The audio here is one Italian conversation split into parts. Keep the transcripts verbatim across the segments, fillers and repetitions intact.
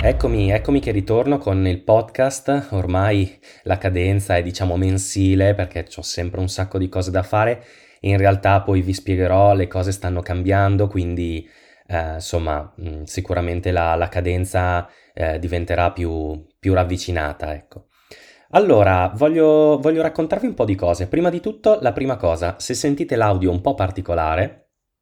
Eccomi, eccomi che ritorno con il podcast. Ormai la cadenza è diciamo mensile perché ho sempre un sacco di cose da fare. In realtà poi vi spiegherò, le cose stanno cambiando, quindi eh, insomma mh, sicuramente la, la cadenza eh, diventerà più, più ravvicinata, ecco. Allora, voglio, voglio raccontarvi un po' di cose. Prima di tutto, la prima cosa, se sentite l'audio un po' particolare,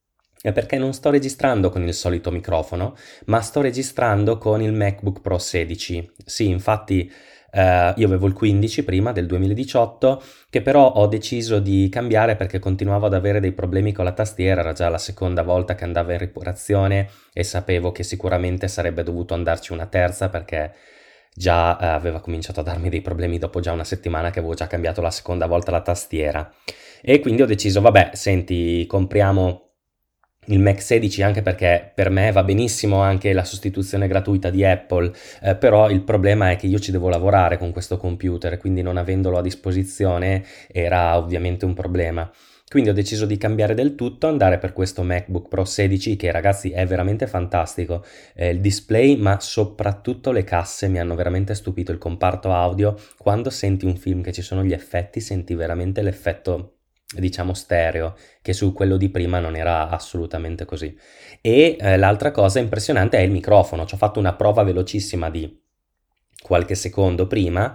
è perché non sto registrando con il solito microfono, ma sto registrando con il MacBook Pro sedici. Sì, infatti eh, io avevo il quindici prima del duemiladiciotto, che però ho deciso di cambiare perché continuavo ad avere dei problemi con la tastiera, era già la seconda volta che andava in riparazione e sapevo che sicuramente sarebbe dovuto andarci una terza perché già eh, aveva cominciato a darmi dei problemi dopo già una settimana che avevo già cambiato la seconda volta la tastiera. E quindi ho deciso, vabbè, senti, compriamo il Mac sedici anche perché per me va benissimo anche la sostituzione gratuita di Apple, eh, però il problema è che io ci devo lavorare con questo computer, quindi non avendolo a disposizione era ovviamente un problema. Quindi ho deciso di cambiare del tutto, andare per questo MacBook Pro sedici che ragazzi è veramente fantastico. Eh, il display ma soprattutto le casse mi hanno veramente stupito, il comparto audio. Quando senti un film che ci sono gli effetti senti veramente l'effetto diciamo stereo, che su quello di prima non era assolutamente così. E eh, l'altra cosa impressionante è il microfono. Ci ho fatto una prova velocissima di qualche secondo prima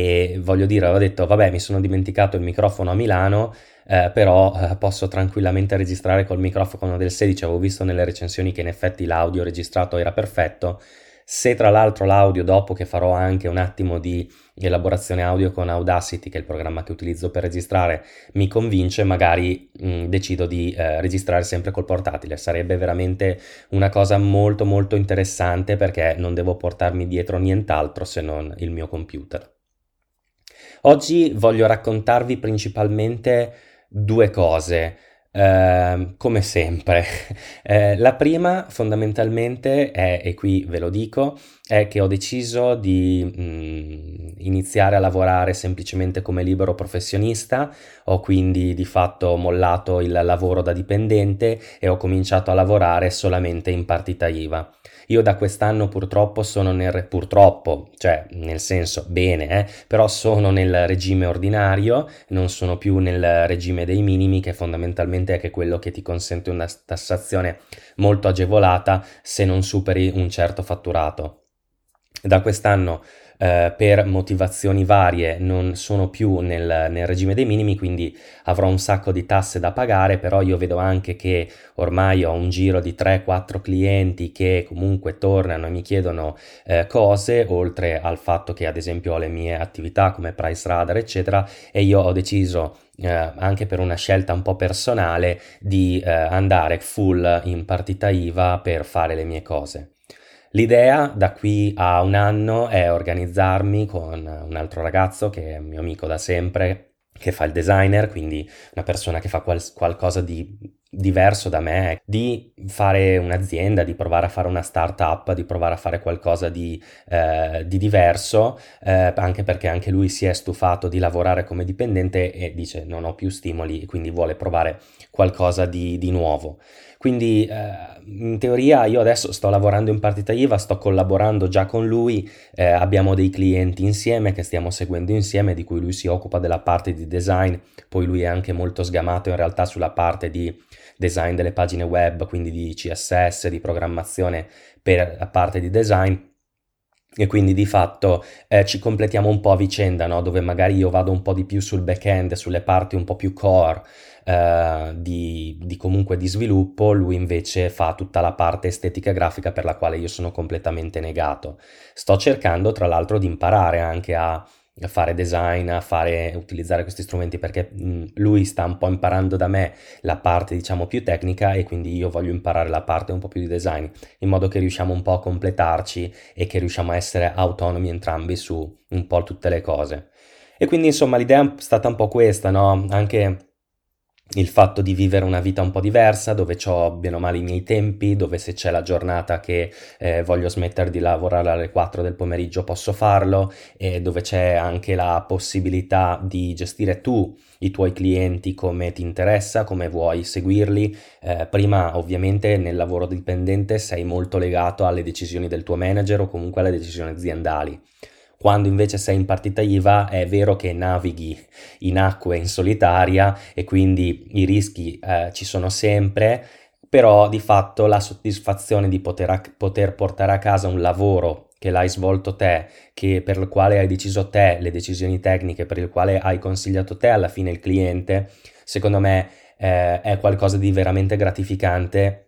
e voglio dire, avevo detto vabbè mi sono dimenticato il microfono a Milano, eh, però eh, posso tranquillamente registrare col microfono del sedici. Avevo visto nelle recensioni che in effetti l'audio registrato era perfetto. Se tra l'altro l'audio, dopo che farò anche un attimo di elaborazione audio con Audacity, che è il programma che utilizzo per registrare, mi convince, magari mh, decido di eh, registrare sempre col portatile. Sarebbe veramente una cosa molto molto interessante perché non devo portarmi dietro nient'altro se non il mio computer. Oggi voglio raccontarvi principalmente due cose, eh, come sempre. Eh, la prima fondamentalmente è, e qui ve lo dico, è che ho deciso di mh, iniziare a lavorare semplicemente come libero professionista. Ho quindi di fatto mollato il lavoro da dipendente e ho cominciato a lavorare solamente in partita I V A. Io da quest'anno purtroppo sono nel, purtroppo, cioè nel senso bene, eh, però sono nel regime ordinario, non sono più nel regime dei minimi, che fondamentalmente è che quello che ti consente una tassazione molto agevolata se non superi un certo fatturato. Da quest'anno eh, per motivazioni varie non sono più nel, nel regime dei minimi, quindi avrò un sacco di tasse da pagare, però io vedo anche che ormai ho un giro di tre quattro clienti che comunque tornano e mi chiedono eh, cose, oltre al fatto che ad esempio ho le mie attività come Price Radar eccetera, e io ho deciso eh, anche per una scelta un po' personale di eh, andare full in partita I V A per fare le mie cose. L'idea da qui a un anno è organizzarmi con un altro ragazzo che è mio amico da sempre, che fa il designer, quindi una persona che fa qual- qualcosa di diverso da me, di fare un'azienda, di provare a fare una startup, di provare a fare qualcosa di, eh, di diverso, eh, anche perché anche lui si è stufato di lavorare come dipendente e dice non ho più stimoli, quindi vuole provare qualcosa di, di nuovo. Quindi eh, in teoria io adesso sto lavorando in partita I V A, sto collaborando già con lui, eh, abbiamo dei clienti insieme che stiamo seguendo insieme, di cui lui si occupa della parte di design, poi lui è anche molto sgamato in realtà sulla parte di design delle pagine web, quindi di C S S, di programmazione per la parte di design. E quindi di fatto eh, ci completiamo un po' a vicenda, no? Dove magari io vado un po' di più sul back-end, sulle parti un po' più core eh, di, di comunque di sviluppo, lui invece fa tutta la parte estetica e grafica per la quale io sono completamente negato. Sto cercando tra l'altro di imparare anche a a fare design, a fare, utilizzare questi strumenti perché mh, lui sta un po' imparando da me la parte diciamo più tecnica e quindi io voglio imparare la parte un po' più di design, in modo che riusciamo un po' a completarci e che riusciamo a essere autonomi entrambi su un po' tutte le cose. E quindi insomma l'idea è stata un po' questa, no? Anche il fatto di vivere una vita un po' diversa, dove c'ho bene o male i miei tempi, dove se c'è la giornata che eh, voglio smettere di lavorare alle quattro del pomeriggio posso farlo, e dove c'è anche la possibilità di gestire tu i tuoi clienti come ti interessa, come vuoi seguirli. Eh, prima ovviamente nel lavoro dipendente sei molto legato alle decisioni del tuo manager o comunque alle decisioni aziendali. Quando invece sei in partita I V A è vero che navighi in acque in solitaria e quindi i rischi eh, ci sono sempre, però di fatto la soddisfazione di poter, a- poter portare a casa un lavoro che l'hai svolto te, che per il quale hai deciso te, le decisioni tecniche per il quale hai consigliato te alla fine il cliente, secondo me eh, è qualcosa di veramente gratificante.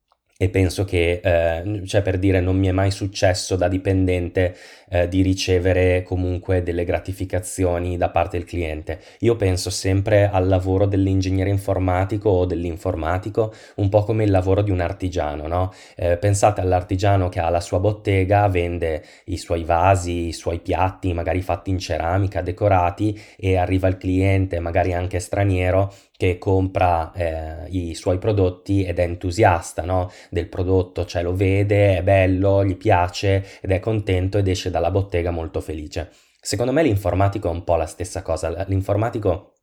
E penso che, eh, cioè per dire, non mi è mai successo da dipendente eh, di ricevere comunque delle gratificazioni da parte del cliente. Io penso sempre al lavoro dell'ingegnere informatico o dell'informatico, un po' come il lavoro di un artigiano, no? Eh, pensate all'artigiano che ha la sua bottega, vende i suoi vasi, i suoi piatti, magari fatti in ceramica, decorati, e arriva il cliente, magari anche straniero, che compra eh, i suoi prodotti ed è entusiasta, no? Del prodotto, cioè lo vede, è bello, gli piace ed è contento ed esce dalla bottega molto felice. Secondo me l'informatico è un po' la stessa cosa. L'informatico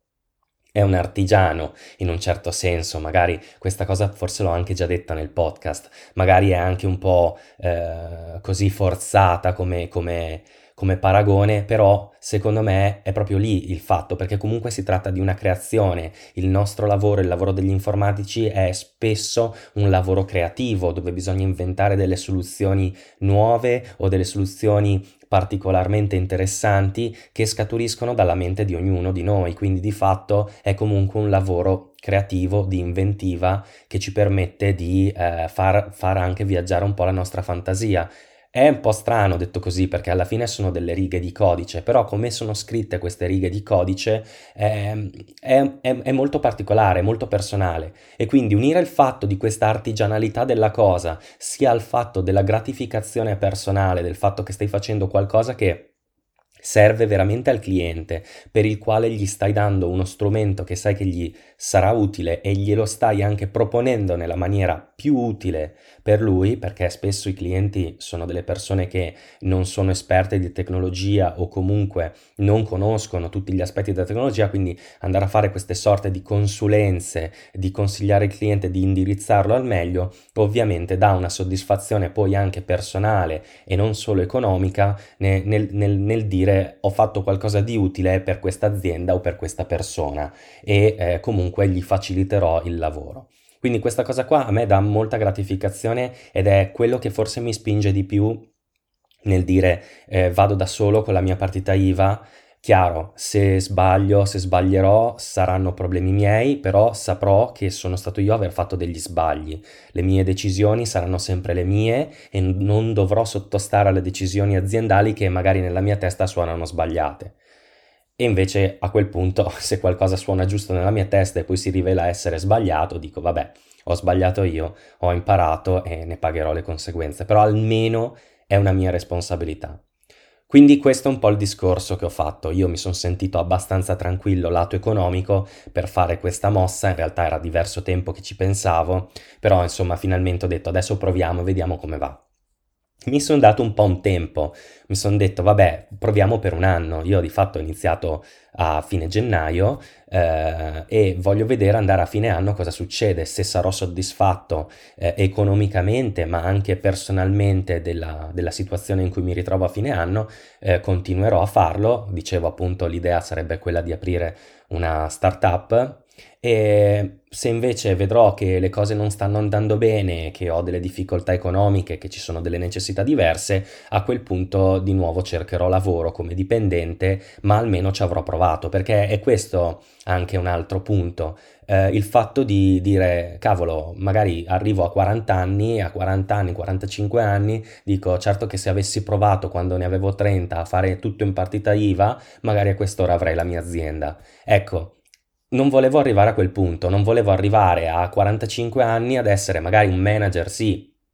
è un artigiano in un certo senso, magari questa cosa forse l'ho anche già detta nel podcast, magari è anche un po' eh, così forzata come, come, come paragone, però secondo me è proprio lì il fatto, perché comunque si tratta di una creazione. Il nostro lavoro, il lavoro degli informatici è spesso un lavoro creativo dove bisogna inventare delle soluzioni nuove o delle soluzioni particolarmente interessanti che scaturiscono dalla mente di ognuno di noi, quindi di fatto è comunque un lavoro creativo, di inventiva, che ci permette di eh, far, far anche viaggiare un po' la nostra fantasia. È un po' strano detto così perché alla fine sono delle righe di codice, però come sono scritte queste righe di codice è, è, è, è molto particolare, molto personale, e quindi unire il fatto di questa artigianalità della cosa sia al fatto della gratificazione personale, del fatto che stai facendo qualcosa che serve veramente al cliente, per il quale gli stai dando uno strumento che sai che gli sarà utile e glielo stai anche proponendo nella maniera più utile per lui, perché spesso i clienti sono delle persone che non sono esperte di tecnologia o comunque non conoscono tutti gli aspetti della tecnologia, quindi andare a fare queste sorte di consulenze, di consigliare il cliente, di indirizzarlo al meglio, ovviamente dà una soddisfazione poi anche personale e non solo economica nel, nel, nel, nel dire ho fatto qualcosa di utile per questa azienda o per questa persona e eh, comunque gli faciliterò il lavoro. Quindi questa cosa qua a me dà molta gratificazione ed è quello che forse mi spinge di più nel dire eh, vado da solo con la mia partita I V A. Chiaro, se sbaglio, se sbaglierò, saranno problemi miei, però saprò che sono stato io a aver fatto degli sbagli. Le mie decisioni saranno sempre le mie e non dovrò sottostare alle decisioni aziendali che magari nella mia testa suonano sbagliate. E invece a quel punto, se qualcosa suona giusto nella mia testa e poi si rivela essere sbagliato, dico vabbè, ho sbagliato io, ho imparato e ne pagherò le conseguenze, però almeno è una mia responsabilità. Quindi questo è un po' il discorso che ho fatto. Io mi sono sentito abbastanza tranquillo lato economico per fare questa mossa, in realtà era diverso tempo che ci pensavo, però insomma finalmente ho detto adesso proviamo e vediamo come va. Mi sono dato un po' un tempo, mi sono detto vabbè proviamo per un anno, io di fatto ho iniziato a fine gennaio eh, e voglio vedere andare a fine anno cosa succede, se sarò soddisfatto eh, economicamente ma anche personalmente della, della situazione in cui mi ritrovo a fine anno, eh, continuerò a farlo. Dicevo appunto l'idea sarebbe quella di aprire una startup. E se invece vedrò che le cose non stanno andando bene, che ho delle difficoltà economiche, che ci sono delle necessità diverse, a quel punto di nuovo cercherò lavoro come dipendente, ma almeno ci avrò provato, perché è questo anche un altro punto. Eh, il fatto di dire, cavolo, magari arrivo a quaranta anni, a quaranta anni, quarantacinque anni, dico, certo che se avessi provato quando ne avevo trenta a fare tutto in partita I V A, magari a quest'ora avrei la mia azienda. Ecco, non volevo arrivare a quel punto, non volevo arrivare a quarantacinque anni ad essere magari un manager, sì,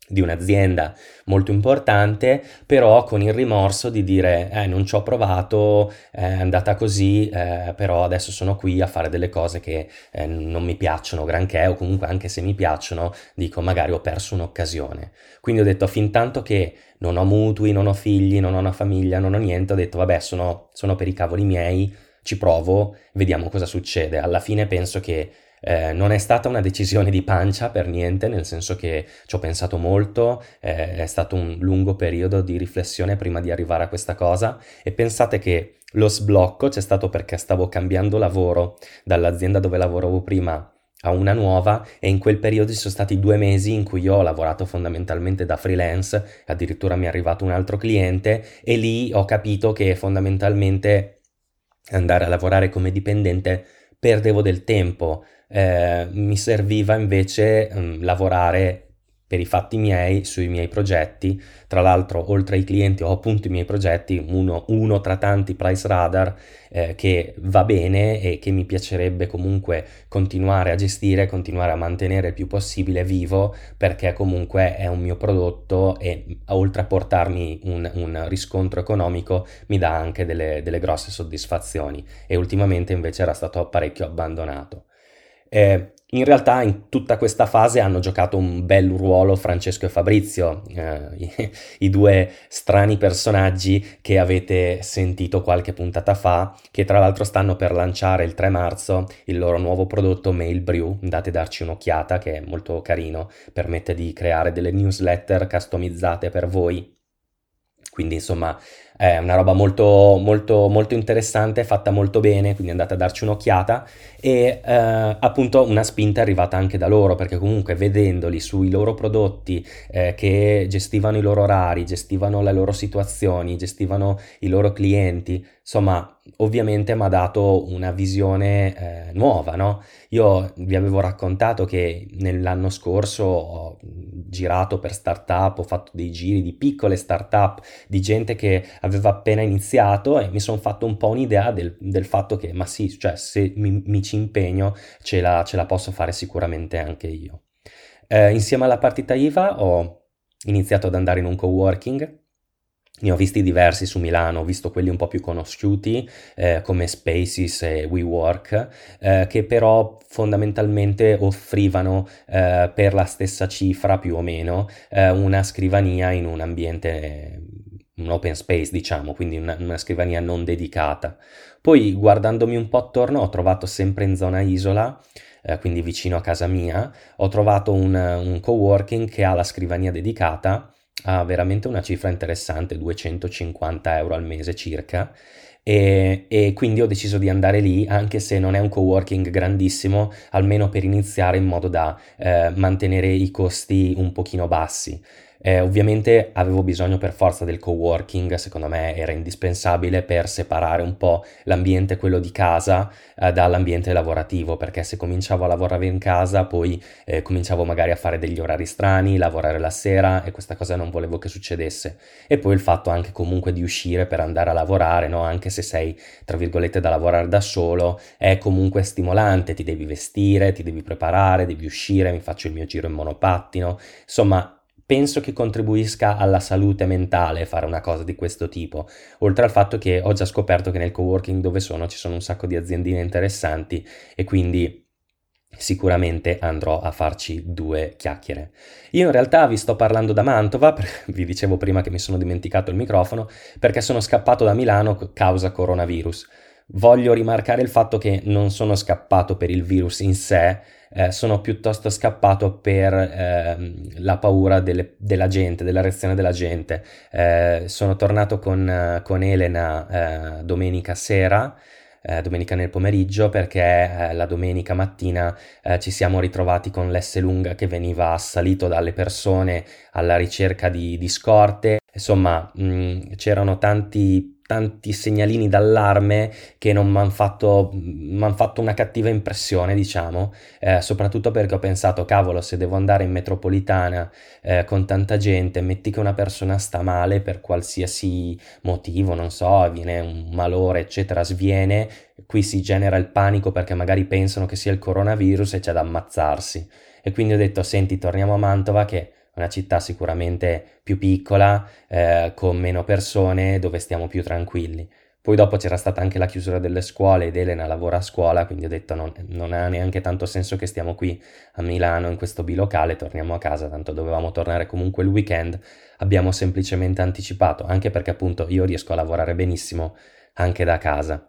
di un'azienda molto importante, però con il rimorso di dire eh, non ci ho provato, è andata così, eh, però adesso sono qui a fare delle cose che eh, non mi piacciono granché, o comunque anche se mi piacciono, dico magari ho perso un'occasione. Quindi ho detto fin tanto che non ho mutui, non ho figli, non ho una famiglia, non ho niente, ho detto vabbè sono, sono per i cavoli miei, ci provo, vediamo cosa succede. Alla fine penso che eh, non è stata una decisione di pancia per niente, nel senso che ci ho pensato molto, eh, è stato un lungo periodo di riflessione prima di arrivare a questa cosa e pensate che lo sblocco c'è stato perché stavo cambiando lavoro dall'azienda dove lavoravo prima a una nuova e in quel periodo ci sono stati due mesi in cui io ho lavorato fondamentalmente da freelance, addirittura mi è arrivato un altro cliente e lì ho capito che fondamentalmente andare a lavorare come dipendente perdevo del tempo, eh, mi serviva invece mm, lavorare per i fatti miei, sui miei progetti. Tra l'altro, oltre ai clienti ho appunto i miei progetti, uno, uno tra tanti Price Radar, eh, che va bene e che mi piacerebbe comunque continuare a gestire, continuare a mantenere il più possibile vivo, perché comunque è un mio prodotto e oltre a portarmi un, un riscontro economico mi dà anche delle, delle grosse soddisfazioni e ultimamente invece era stato parecchio abbandonato. Eh, in realtà in tutta questa fase hanno giocato un bel ruolo Francesco e Fabrizio, eh, i, i due strani personaggi che avete sentito qualche puntata fa, che tra l'altro stanno per lanciare il tre marzo il loro nuovo prodotto Mail Brew, andate a darci un'occhiata che è molto carino, permette di creare delle newsletter customizzate per voi. Quindi insomma è una roba molto, molto, molto interessante, fatta molto bene, quindi andate a darci un'occhiata e eh, appunto una spinta è arrivata anche da loro perché comunque vedendoli sui loro prodotti eh, che gestivano i loro orari, gestivano le loro situazioni, gestivano i loro clienti, insomma ovviamente mi ha dato una visione eh, nuova, no? Io vi avevo raccontato che nell'anno scorso ho girato per startup, ho fatto dei giri di piccole startup di gente che aveva appena iniziato e mi sono fatto un po' un'idea del, del fatto che, ma sì, cioè se mi, mi ci impegno ce la, ce la posso fare sicuramente anche io. Eh, insieme alla partita I V A ho iniziato ad andare in un coworking. Ne ho visti diversi su Milano, ho visto quelli un po' più conosciuti eh, come Spaces e WeWork, eh, che però fondamentalmente offrivano eh, per la stessa cifra più o meno eh, una scrivania in un ambiente, un open space diciamo, quindi una, una scrivania non dedicata. Poi guardandomi un po' attorno ho trovato sempre in zona Isola, eh, quindi vicino a casa mia, ho trovato un, un coworking che ha la scrivania dedicata, ha veramente una cifra interessante, duecentocinquanta euro al mese circa, e, e quindi ho deciso di andare lì, anche se non è un coworking grandissimo, almeno per iniziare in modo da eh, mantenere i costi un pochino bassi. Eh, ovviamente avevo bisogno per forza del coworking, secondo me era indispensabile per separare un po' l'ambiente, quello di casa, eh, dall'ambiente lavorativo, perché se cominciavo a lavorare in casa poi eh, cominciavo magari a fare degli orari strani, lavorare la sera e questa cosa non volevo che succedesse. E poi il fatto anche comunque di uscire per andare a lavorare, no? Anche se sei, tra virgolette, da lavorare da solo, è comunque stimolante, ti devi vestire, ti devi preparare, devi uscire, mi faccio il mio giro in monopattino, insomma penso che contribuisca alla salute mentale fare una cosa di questo tipo, oltre al fatto che ho già scoperto che nel coworking dove sono ci sono un sacco di aziendine interessanti e quindi sicuramente andrò a farci due chiacchiere. Io in realtà vi sto parlando da Mantova, vi dicevo prima che mi sono dimenticato il microfono, perché sono scappato da Milano causa coronavirus. Voglio rimarcare il fatto che non sono scappato per il virus in sé, eh, sono piuttosto scappato per ehm, la paura delle- della gente, della reazione della gente. Eh, sono tornato con, eh, con Elena eh, domenica sera, eh, domenica nel pomeriggio, perché eh, la domenica mattina eh, ci siamo ritrovati con l'S lunga che veniva assalito dalle persone alla ricerca di, di scorte. Insomma, mh, c'erano tanti tanti segnalini d'allarme che non mi hanno fatto, m'han fatto una cattiva impressione, diciamo, eh, soprattutto perché ho pensato, cavolo, se devo andare in metropolitana eh, con tanta gente, metti che una persona sta male per qualsiasi motivo, non so, viene un malore, eccetera, sviene, qui si genera il panico perché magari pensano che sia il coronavirus e c'è da ammazzarsi. E quindi ho detto, senti, torniamo a Mantova che una città sicuramente più piccola, eh, con meno persone, dove stiamo più tranquilli. Poi dopo c'era stata anche la chiusura delle scuole ed Elena lavora a scuola, quindi ho detto non, non ha neanche tanto senso che stiamo qui a Milano in questo bilocale, torniamo a casa, tanto dovevamo tornare comunque il weekend, abbiamo semplicemente anticipato, anche perché appunto io riesco a lavorare benissimo anche da casa.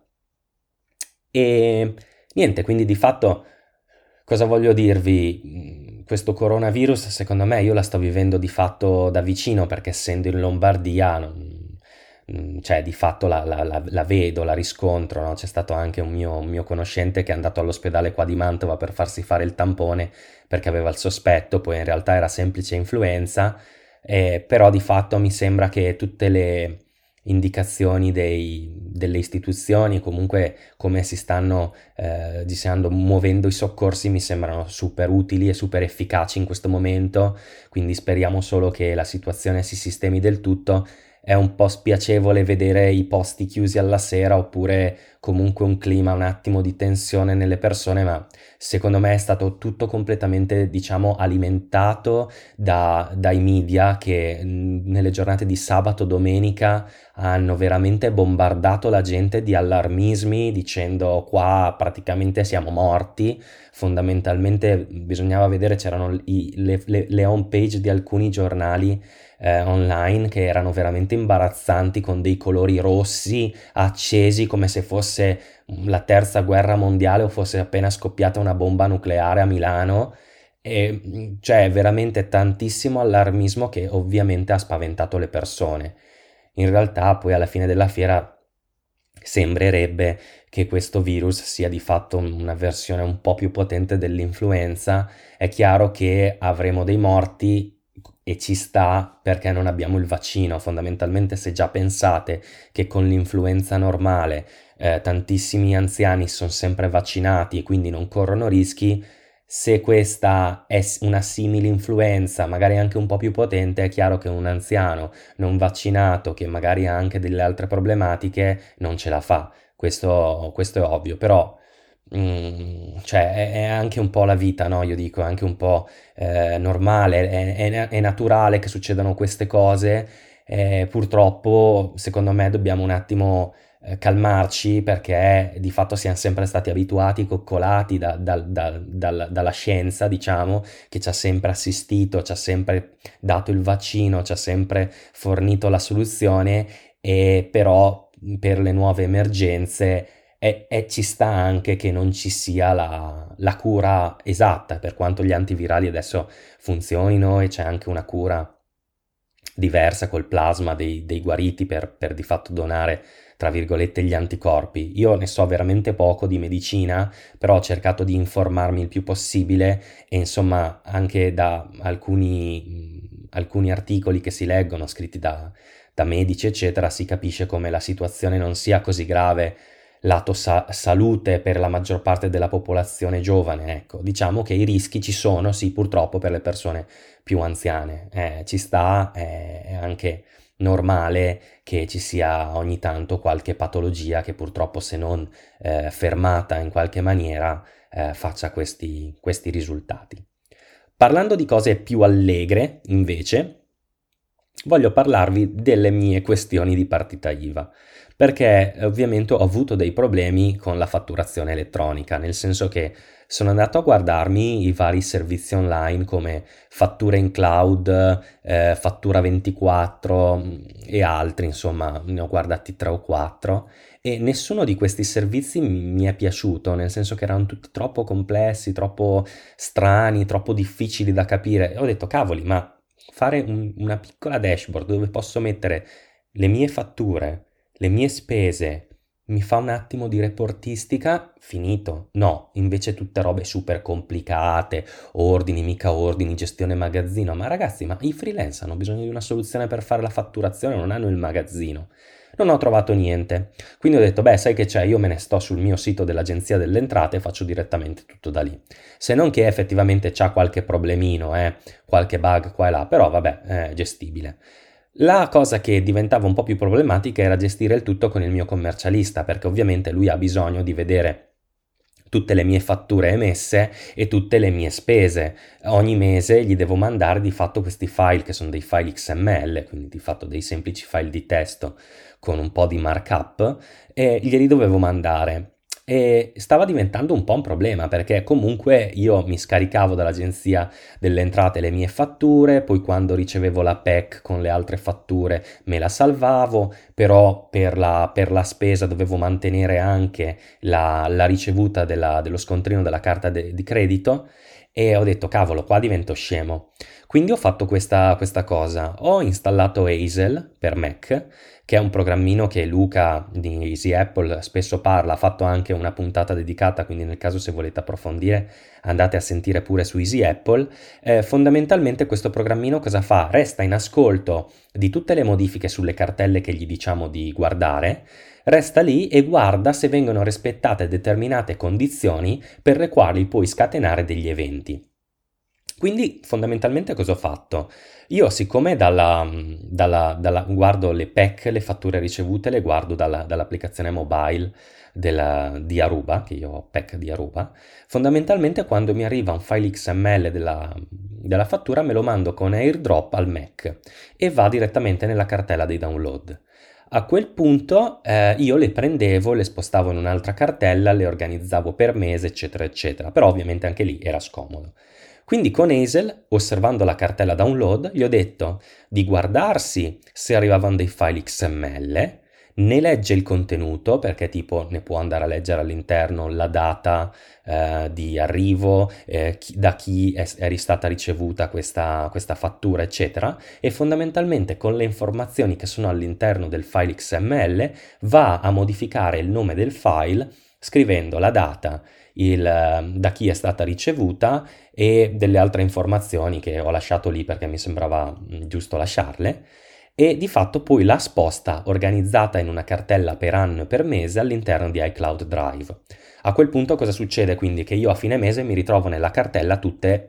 E niente, quindi di fatto cosa voglio dirvi? Mm, Questo coronavirus, secondo me, io la sto vivendo di fatto da vicino perché essendo in Lombardia, non- mm, cioè di fatto la, la- la- la vedo, la riscontro, no? C'è stato anche un mio, un mio conoscente che è andato all'ospedale qua di Mantova per farsi fare il tampone perché aveva il sospetto, poi in realtà era semplice influenza, eh, però di fatto mi sembra che tutte le indicazioni dei- delle istituzioni, comunque come si stanno eh, dicendo, muovendo i soccorsi mi sembrano super utili e super efficaci in questo momento, quindi speriamo solo che la situazione si sistemi del tutto. È un po' spiacevole vedere i posti chiusi alla sera oppure comunque un clima un attimo di tensione nelle persone, ma secondo me è stato tutto completamente, diciamo, alimentato da- dai media che mh, nelle giornate di sabato, domenica hanno veramente bombardato la gente di allarmismi dicendo qua praticamente siamo morti. Fondamentalmente bisognava vedere, c'erano i- le, le, le home page di alcuni giornali eh, online che erano veramente imbarazzanti con dei colori rossi accesi come se fosse la terza guerra mondiale o fosse appena scoppiata una bomba nucleare a Milano. E mh, c'è veramente tantissimo allarmismo che ovviamente ha spaventato le persone. In realtà poi alla fine della fiera sembrerebbe che questo virus sia di fatto una versione un po' più potente dell'influenza. È chiaro che avremo dei morti e ci sta perché non abbiamo il vaccino. Fondamentalmente, se già pensate che con l'influenza normale eh, tantissimi anziani sono sempre vaccinati e quindi non corrono rischi, se questa è s- una simile influenza, magari anche un po' più potente, è chiaro che un anziano non vaccinato, che magari ha anche delle altre problematiche, non ce la fa. Questo, questo è ovvio, però mm, cioè, è, è anche un po' la vita, no? Io dico, è anche un po' eh, normale, è, è- è naturale che succedano queste cose. Eh, purtroppo, secondo me, dobbiamo un attimo eh, calmarci perché di fatto siamo sempre stati abituati, coccolati da- dal- dal- dal- dalla scienza, diciamo, che ci ha sempre assistito, ci ha sempre dato il vaccino, ci ha sempre fornito la soluzione, e però per le nuove emergenze e, e ci sta anche che non ci sia la, la cura esatta, per quanto gli antivirali adesso funzionino e c'è anche una cura diversa col plasma dei, dei guariti per, per di fatto donare, tra virgolette, gli anticorpi. Io ne so veramente poco di medicina, però ho cercato di informarmi il più possibile e insomma anche da alcuni, mh, alcuni articoli che si leggono scritti da, da medici, eccetera, si capisce come la situazione non sia così grave lato sa- salute per la maggior parte della popolazione giovane, ecco, diciamo che i rischi ci sono, sì, purtroppo per le persone più anziane. Eh, ci sta, eh, è anche normale che ci sia ogni tanto qualche patologia che purtroppo se non eh, fermata in qualche maniera eh, faccia questi, questi risultati. Parlando di cose più allegre, invece, voglio parlarvi delle mie questioni di partita I V A, perché eh, ovviamente ho avuto dei problemi con la fatturazione elettronica, nel senso che sono andato a guardarmi i vari servizi online come Fattura in Cloud, eh, Fattura ventiquattro mh, e altri, insomma, ne ho guardati tre o quattro e nessuno di questi servizi mi mi è piaciuto, nel senso che erano tutti troppo complessi, troppo strani, troppo difficili da capire. E ho detto, cavoli, ma fare un- una piccola dashboard dove posso mettere le mie fatture, le mie spese, mi fa un attimo di reportistica, finito. No, invece tutte robe super complicate, ordini, mica ordini, gestione magazzino. Ma ragazzi, ma i freelance hanno bisogno di una soluzione per fare la fatturazione, non hanno il magazzino. Non ho trovato niente. Quindi ho detto, beh, sai che c'è, io me ne sto sul mio sito dell'Agenzia delle Entrate e faccio direttamente tutto da lì. Se non che effettivamente c'ha qualche problemino, eh, qualche bug qua e là, però vabbè, è gestibile. La cosa che diventava un po' più problematica era gestire il tutto con il mio commercialista, perché ovviamente lui ha bisogno di vedere tutte le mie fatture emesse e tutte le mie spese. Ogni mese gli devo mandare di fatto questi file che sono dei file X M L, quindi di fatto dei semplici file di testo con un po' di markup, e glieli dovevo mandare. E stava diventando un po' un problema perché comunque io mi scaricavo dall'agenzia delle entrate le mie fatture, poi quando ricevevo la P E C con le altre fatture me la salvavo, però per la, per la spesa dovevo mantenere anche la, la ricevuta della- dello scontrino della carta de- di credito e ho detto cavolo, qua divento scemo. Quindi ho fatto questa, questa cosa, ho installato Hazel per Mac, che è un programmino che Luca di Easy Apple spesso parla, ha fatto anche una puntata dedicata, quindi nel caso se volete approfondire andate a sentire pure su Easy Apple. Eh, fondamentalmente questo programmino cosa fa? Resta in ascolto di tutte le modifiche sulle cartelle che gli diciamo di guardare, resta lì e guarda se vengono rispettate determinate condizioni per le quali puoi scatenare degli eventi. Quindi fondamentalmente cosa ho fatto? Io siccome dalla, dalla- dalla- guardo le P E C, le fatture ricevute, le guardo dalla- dall'applicazione mobile della- di Aruba, che io ho P E C di Aruba, fondamentalmente quando mi arriva un file X M L della, della fattura me lo mando con AirDrop al Mac e va direttamente nella cartella dei download. A quel punto eh, io le prendevo, le spostavo in un'altra cartella, le organizzavo per mese, eccetera, eccetera, però ovviamente anche lì era scomodo. Quindi con Hazel, osservando la cartella download, gli ho detto di guardarsi se arrivavano dei file X M L, ne legge il contenuto, perché tipo ne può andare a leggere all'interno la data eh, di arrivo, eh, chi- da chi è, è stata ricevuta questa, questa fattura, eccetera, e fondamentalmente con le informazioni che sono all'interno del file X M L va a modificare il nome del file scrivendo la data, il, eh, da chi è stata ricevuta e delle altre informazioni che ho lasciato lì perché mi sembrava mm, giusto lasciarle e di fatto poi la sposta organizzata in una cartella per anno e per mese all'interno di iCloud Drive. A quel punto cosa succede quindi? Che io a fine mese mi ritrovo nella cartella tutte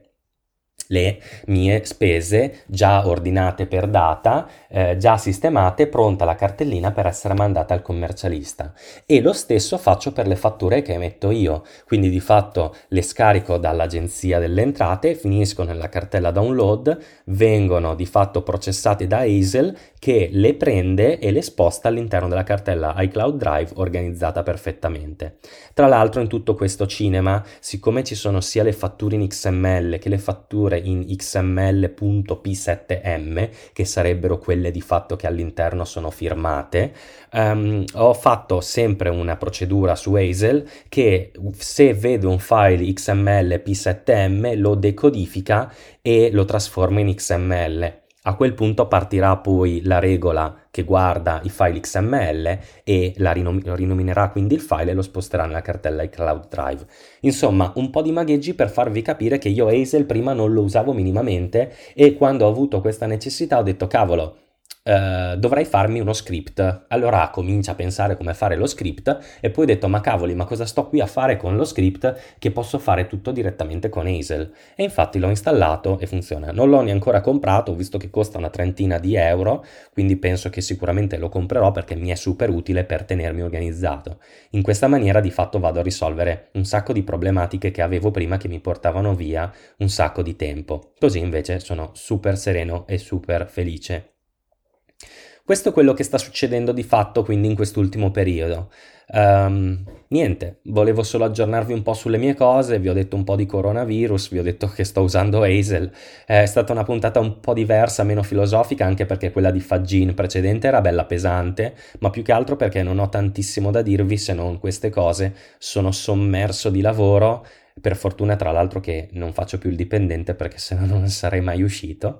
le mie spese già ordinate per data, eh, già sistemate, pronta la cartellina per essere mandata al commercialista. E lo stesso faccio per le fatture che emetto io, quindi di fatto le scarico dall'agenzia delle entrate, finiscono nella cartella download, vengono di fatto processate da Hazel che le prende e le sposta all'interno della cartella iCloud Drive organizzata perfettamente. Tra l'altro in tutto questo cinema, siccome ci sono sia le fatture in X M L che le fatture in X M L punto P sette M, che sarebbero quelle di fatto che all'interno sono firmate, um, ho fatto sempre una procedura su Hazel che se vede un file X M L P sette M lo decodifica e lo trasforma in X M L. A quel punto partirà poi la regola che guarda i file X M L e la rinom- rinominerà quindi il file e lo sposterà nella cartella iCloud Drive. Insomma, un po' di magheggi per farvi capire che io Hazel prima non lo usavo minimamente e quando ho avuto questa necessità ho detto cavolo, eh, dovrei farmi uno script. Allora comincia a pensare come fare lo script e poi ho detto ma cavoli, ma cosa sto qui a fare con lo script che posso fare tutto direttamente con Hazel? E infatti l'ho installato e funziona. Non l'ho neanche ancora comprato, visto che costa una trentina di euro, quindi penso che sicuramente lo comprerò perché mi è super utile per tenermi organizzato. In questa maniera di fatto vado a risolvere un sacco di problematiche che avevo prima che mi portavano via un sacco di tempo. Così invece sono super sereno e super felice. Questo è quello che sta succedendo di fatto quindi in quest'ultimo periodo. Ehm, niente, volevo solo aggiornarvi un po' sulle mie cose, vi ho detto un po' di coronavirus, vi ho detto che sto usando Hazel. È stata una puntata un po' diversa, meno filosofica, anche perché quella di Fagin precedente era bella pesante, ma più che altro perché non ho tantissimo da dirvi se non queste cose. Sono sommerso di lavoro, per fortuna tra l'altro che non faccio più il dipendente perché se no non sarei mai uscito.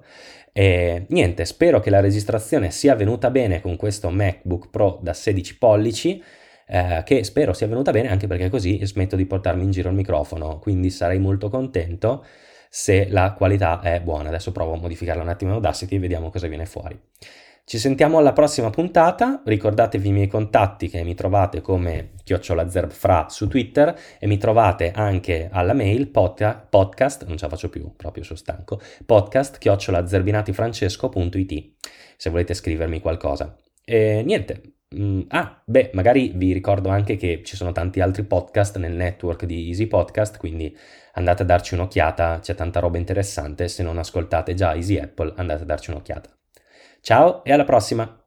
E niente, spero che la registrazione sia venuta bene con questo MacBook Pro da sedici pollici, eh, che spero sia venuta bene anche perché così smetto di portarmi in giro il microfono, quindi sarei molto contento se la qualità è buona. Adesso provo a modificarla un attimo in Audacity e vediamo cosa viene fuori. Ci sentiamo alla prossima puntata, ricordatevi i miei contatti che mi trovate come chiocciola zerbfra su Twitter e mi trovate anche alla mail podca- podcast, non ce la faccio più, proprio sono stanco, podcast chiocciola zerbinatifrancesco punto it se volete scrivermi qualcosa. E niente, Mm, ah, beh, magari vi ricordo anche che ci sono tanti altri podcast nel network di Easy Podcast, quindi andate a darci un'occhiata, c'è tanta roba interessante, se non ascoltate già Easy Apple andate a darci un'occhiata. Ciao e alla prossima!